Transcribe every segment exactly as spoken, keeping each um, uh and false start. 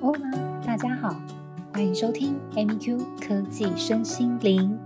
欧吗？大家好，欢迎收听 Amy Q 科技身心灵。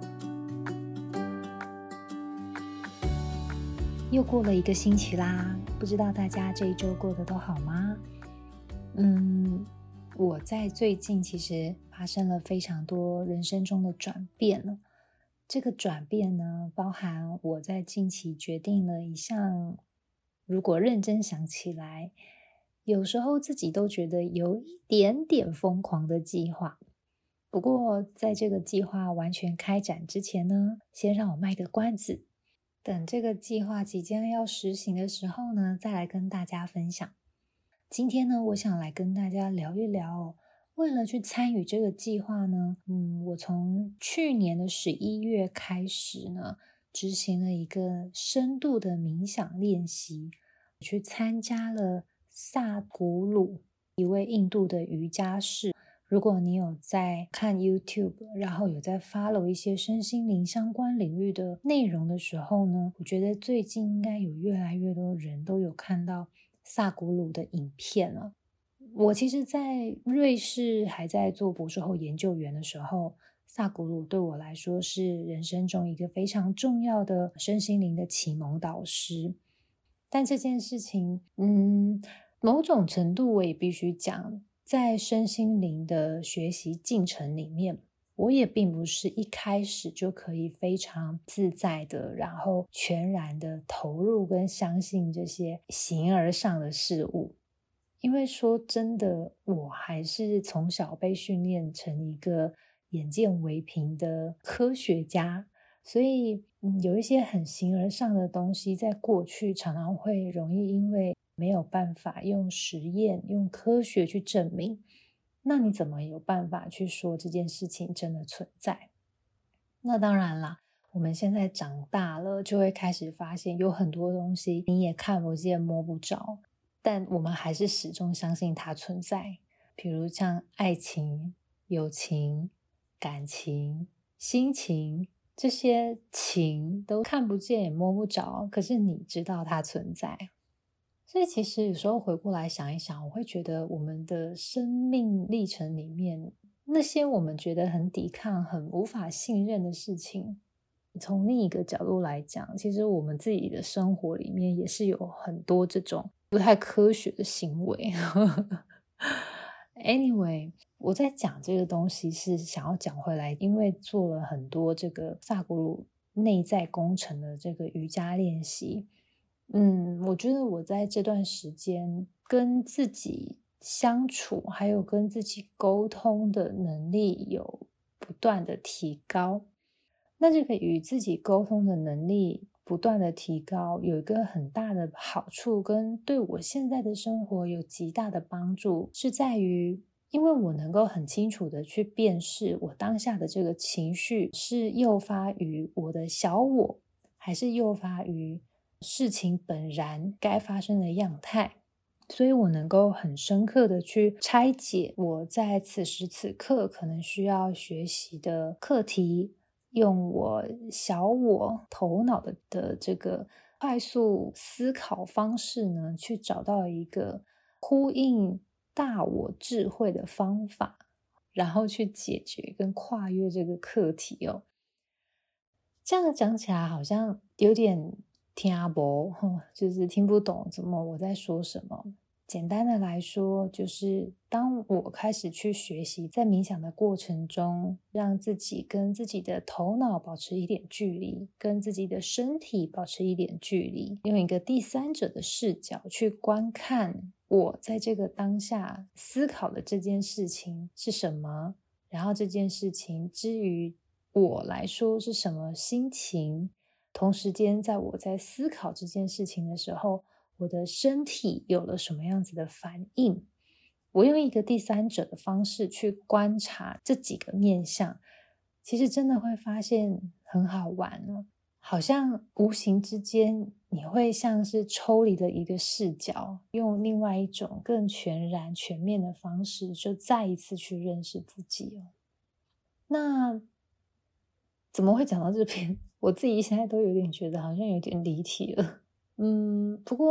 又过了一个星期啦，不知道大家这一周过得都好吗？嗯，我在最近其实发生了非常多人生中的转变了。这个转变呢，包含我在近期决定了一项，如果认真想起来，有时候自己都觉得有一点点疯狂的计划。不过在这个计划完全开展之前呢，先让我卖个关子，等这个计划即将要实行的时候呢，再来跟大家分享。今天呢，我想来跟大家聊一聊哦，为了去参与这个计划呢，嗯，我从去年的十一月开始呢，执行了一个深度的冥想练习，去参加了萨古鲁，一位印度的瑜伽士。如果你有在看 YouTube， 然后有在 follow 一些身心灵相关领域的内容的时候呢，我觉得最近应该有越来越多人都有看到萨古鲁的影片了。我其实在瑞士还在做博士后研究员的时候，萨古鲁对我来说是人生中一个非常重要的身心灵的启蒙导师。但这件事情，嗯，某种程度我也必须讲，在身心灵的学习进程里面，我也并不是一开始就可以非常自在的，然后全然的投入跟相信这些形而上的事物。因为说真的，我还是从小被训练成一个眼见为凭的科学家，所以、嗯、有一些很形而上的东西，在过去常常会容易因为没有办法用实验、用科学去证明，那你怎么有办法去说这件事情真的存在？那当然啦，我们现在长大了，就会开始发现有很多东西你也看不见摸不着，但我们还是始终相信它存在。比如像爱情、友情、感情、心情，这些情都看不见也摸不着，可是你知道它存在。所以其实有时候回过来想一想，我会觉得我们的生命历程里面，那些我们觉得很抵抗、很无法信任的事情，从另一个角度来讲，其实我们自己的生活里面也是有很多这种不太科学的行为。Anyway， 我在讲这个东西是想要讲回来，因为做了很多这个萨古鲁内在工程的这个瑜伽练习。嗯，我觉得我在这段时间跟自己相处，还有跟自己沟通的能力有不断的提高。那这个与自己沟通的能力不断的提高，有一个很大的好处，跟对我现在的生活有极大的帮助，是在于因为我能够很清楚的去辨识我当下的这个情绪是诱发于我的小我，还是诱发于事情本然该发生的样态。所以我能够很深刻的去拆解我在此时此刻可能需要学习的课题，用我小我头脑的的这个快速思考方式呢，去找到一个呼应大我智慧的方法，然后去解决跟跨越这个课题哦。这样讲起来好像有点听不懂，就是听不懂怎么我在说什么。简单的来说，就是当我开始去学习，在冥想的过程中，让自己跟自己的头脑保持一点距离，跟自己的身体保持一点距离，用一个第三者的视角去观看我在这个当下思考的这件事情是什么，然后这件事情之于我来说是什么心情，同时间在我在思考这件事情的时候，我的身体有了什么样子的反应。我用一个第三者的方式去观察这几个面向，其实真的会发现很好玩哦。好像无形之间你会像是抽离了一个视角，用另外一种更全然全面的方式，就再一次去认识自己哦。那怎么会讲到这边？我自己现在都有点觉得好像有点离题了。嗯，不过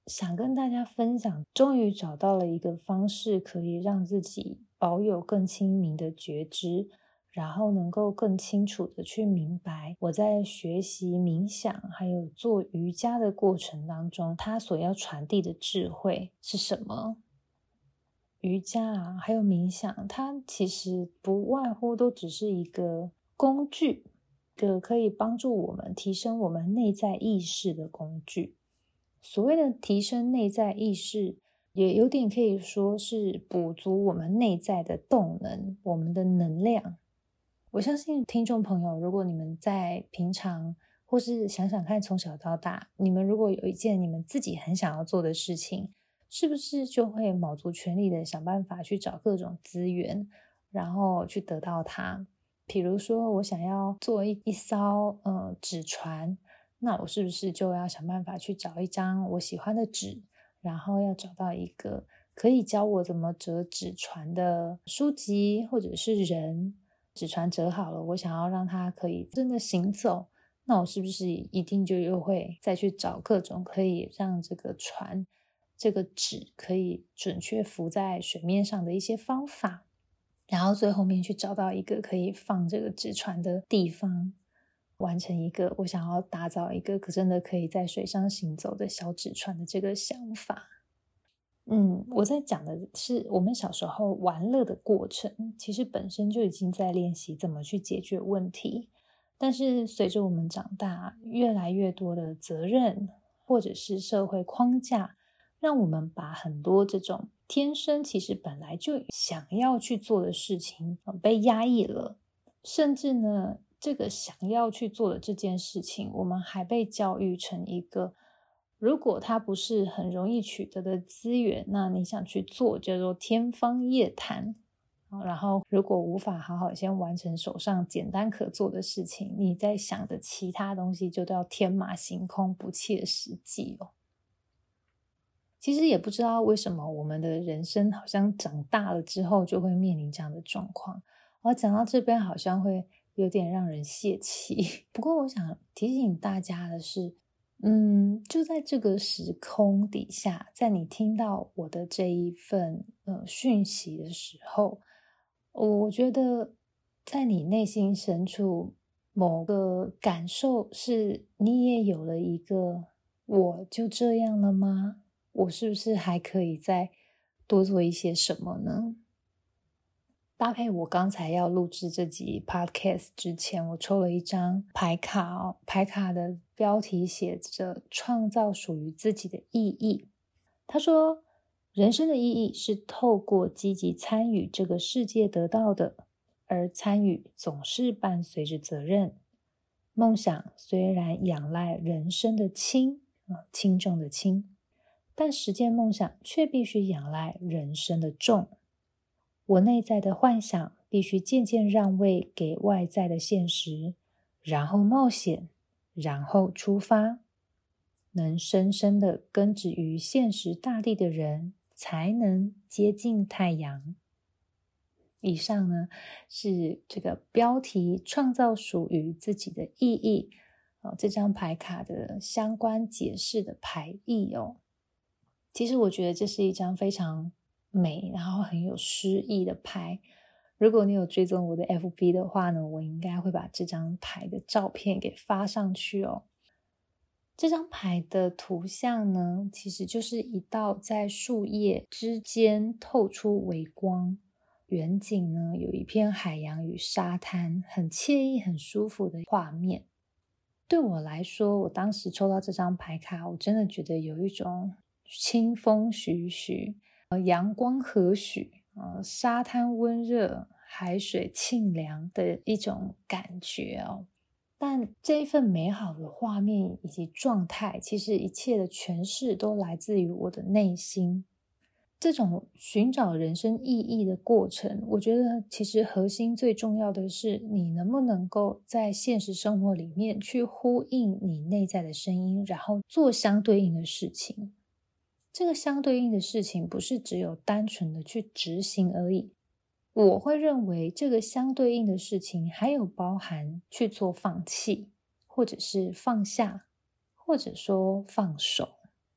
想跟大家分享，终于找到了一个方式，可以让自己保有更清明的觉知，然后能够更清楚的去明白我在学习冥想还有做瑜伽的过程当中，它所要传递的智慧是什么。瑜伽啊，还有冥想，它其实不外乎都只是一个工具，一个可以帮助我们提升我们内在意识的工具。所谓的提升内在意识，也有点可以说是补足我们内在的动能，我们的能量。我相信听众朋友，如果你们在平常或是想想看从小到大，你们如果有一件你们自己很想要做的事情，是不是就会卯足全力的想办法去找各种资源，然后去得到它。比如说我想要做一一艘呃纸船，那我是不是就要想办法去找一张我喜欢的纸，然后要找到一个可以教我怎么折纸船的书籍或者是人。纸船折好了，我想要让它可以真的行走，那我是不是一定就又会再去找各种可以让这个船这个纸可以准确浮在水面上的一些方法，然后最后面去找到一个可以放这个纸船的地方，完成一个我想要打造一个可真的可以在水上行走的小纸船的这个想法。嗯，我在讲的是我们小时候玩乐的过程，其实本身就已经在练习怎么去解决问题。但是随着我们长大，越来越多的责任或者是社会框架，让我们把很多这种天生其实本来就想要去做的事情被压抑了，甚至呢，这个想要去做的这件事情，我们还被教育成一个如果它不是很容易取得的资源，那你想去做叫做天方夜谭。然后如果无法好好先完成手上简单可做的事情，你在想的其他东西就叫天马行空，不切实际哦。其实也不知道为什么我们的人生好像长大了之后就会面临这样的状况。而讲到这边好像会有点让人泄气。不过我想提醒大家的是，嗯，就在这个时空底下，在你听到我的这一份呃讯息的时候，我觉得在你内心深处某个感受是你也有了一个我就这样了吗？我是不是还可以再多做一些什么呢？搭配我刚才要录制这集 podcast 之前，我抽了一张牌卡哦，牌卡的标题写着创造属于自己的意义。他说，人生的意义是透过积极参与这个世界得到的，而参与总是伴随着责任。梦想虽然仰赖人生的轻啊，轻重的轻，但实践梦想却必须仰赖人生的重。我内在的幻想必须渐渐让位给外在的现实，然后冒险，然后出发。能深深地根植于现实大地的人，才能接近太阳。以上呢，是这个标题创造属于自己的意义、哦、这张牌卡的相关解释的牌意哦。其实我觉得这是一张非常美，然后很有诗意的牌。如果你有追踪我的 F B 的话呢，我应该会把这张牌的照片给发上去哦。这张牌的图像呢，其实就是一道在树叶之间透出微光，远景呢有一片海洋与沙滩，很惬意很舒服的画面。对我来说，我当时抽到这张牌卡，我真的觉得有一种清风徐徐，呃，阳光和煦，呃，沙滩温热，海水沁凉的一种感觉哦。但这一份美好的画面以及状态，其实一切的诠释都来自于我的内心。这种寻找人生意义的过程，我觉得其实核心最重要的是，你能不能够在现实生活里面去呼应你内在的声音，然后做相对应的事情。这个相对应的事情不是只有单纯的去执行而已，我会认为这个相对应的事情还有包含去做放弃，或者是放下，或者说放手。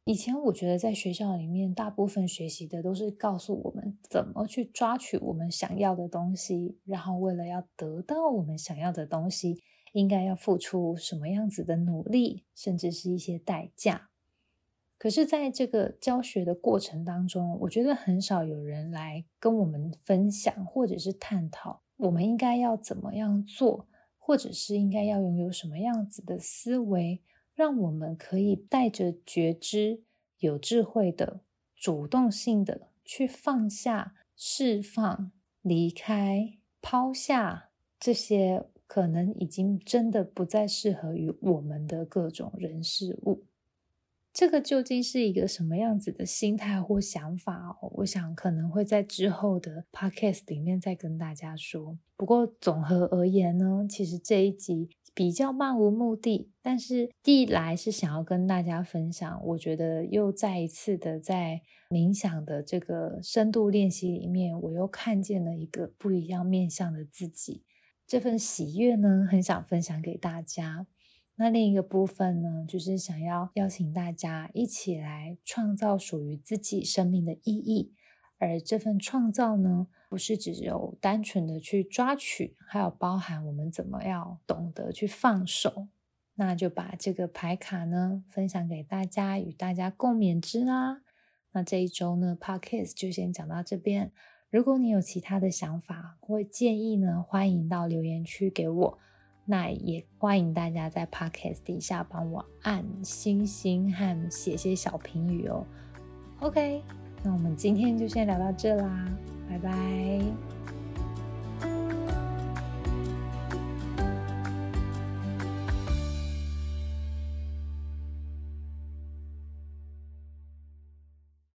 以前我觉得在学校里面，大部分学习的都是告诉我们怎么去抓取我们想要的东西，然后为了要得到我们想要的东西，应该要付出什么样子的努力，甚至是一些代价。可是在这个教学的过程当中，我觉得很少有人来跟我们分享，或者是探讨我们应该要怎么样做，或者是应该要拥有什么样子的思维，让我们可以带着觉知、有智慧的、主动性的去放下、释放、离开、抛下这些可能已经真的不再适合于我们的各种人事物。这个究竟是一个什么样子的心态或想法哦？我想可能会在之后的 podcast 里面再跟大家说。不过总和而言呢，其实这一集比较漫无目的，但是一来是想要跟大家分享，我觉得又再一次的在冥想的这个深度练习里面，我又看见了一个不一样面向的自己。这份喜悦呢，很想分享给大家。那另一个部分呢，就是想要邀请大家一起来创造属于自己生命的意义。而这份创造呢，不是只有单纯的去抓取，还有包含我们怎么样懂得去放手。那就把这个牌卡呢分享给大家，与大家共勉之啦。那这一周呢 Podcast 就先讲到这边。如果你有其他的想法或建议呢，欢迎到留言区给我。那也欢迎大家在 Podcast 底下帮我按星星和写些小评语哦。OK， 那我们今天就先聊到这啦，拜拜。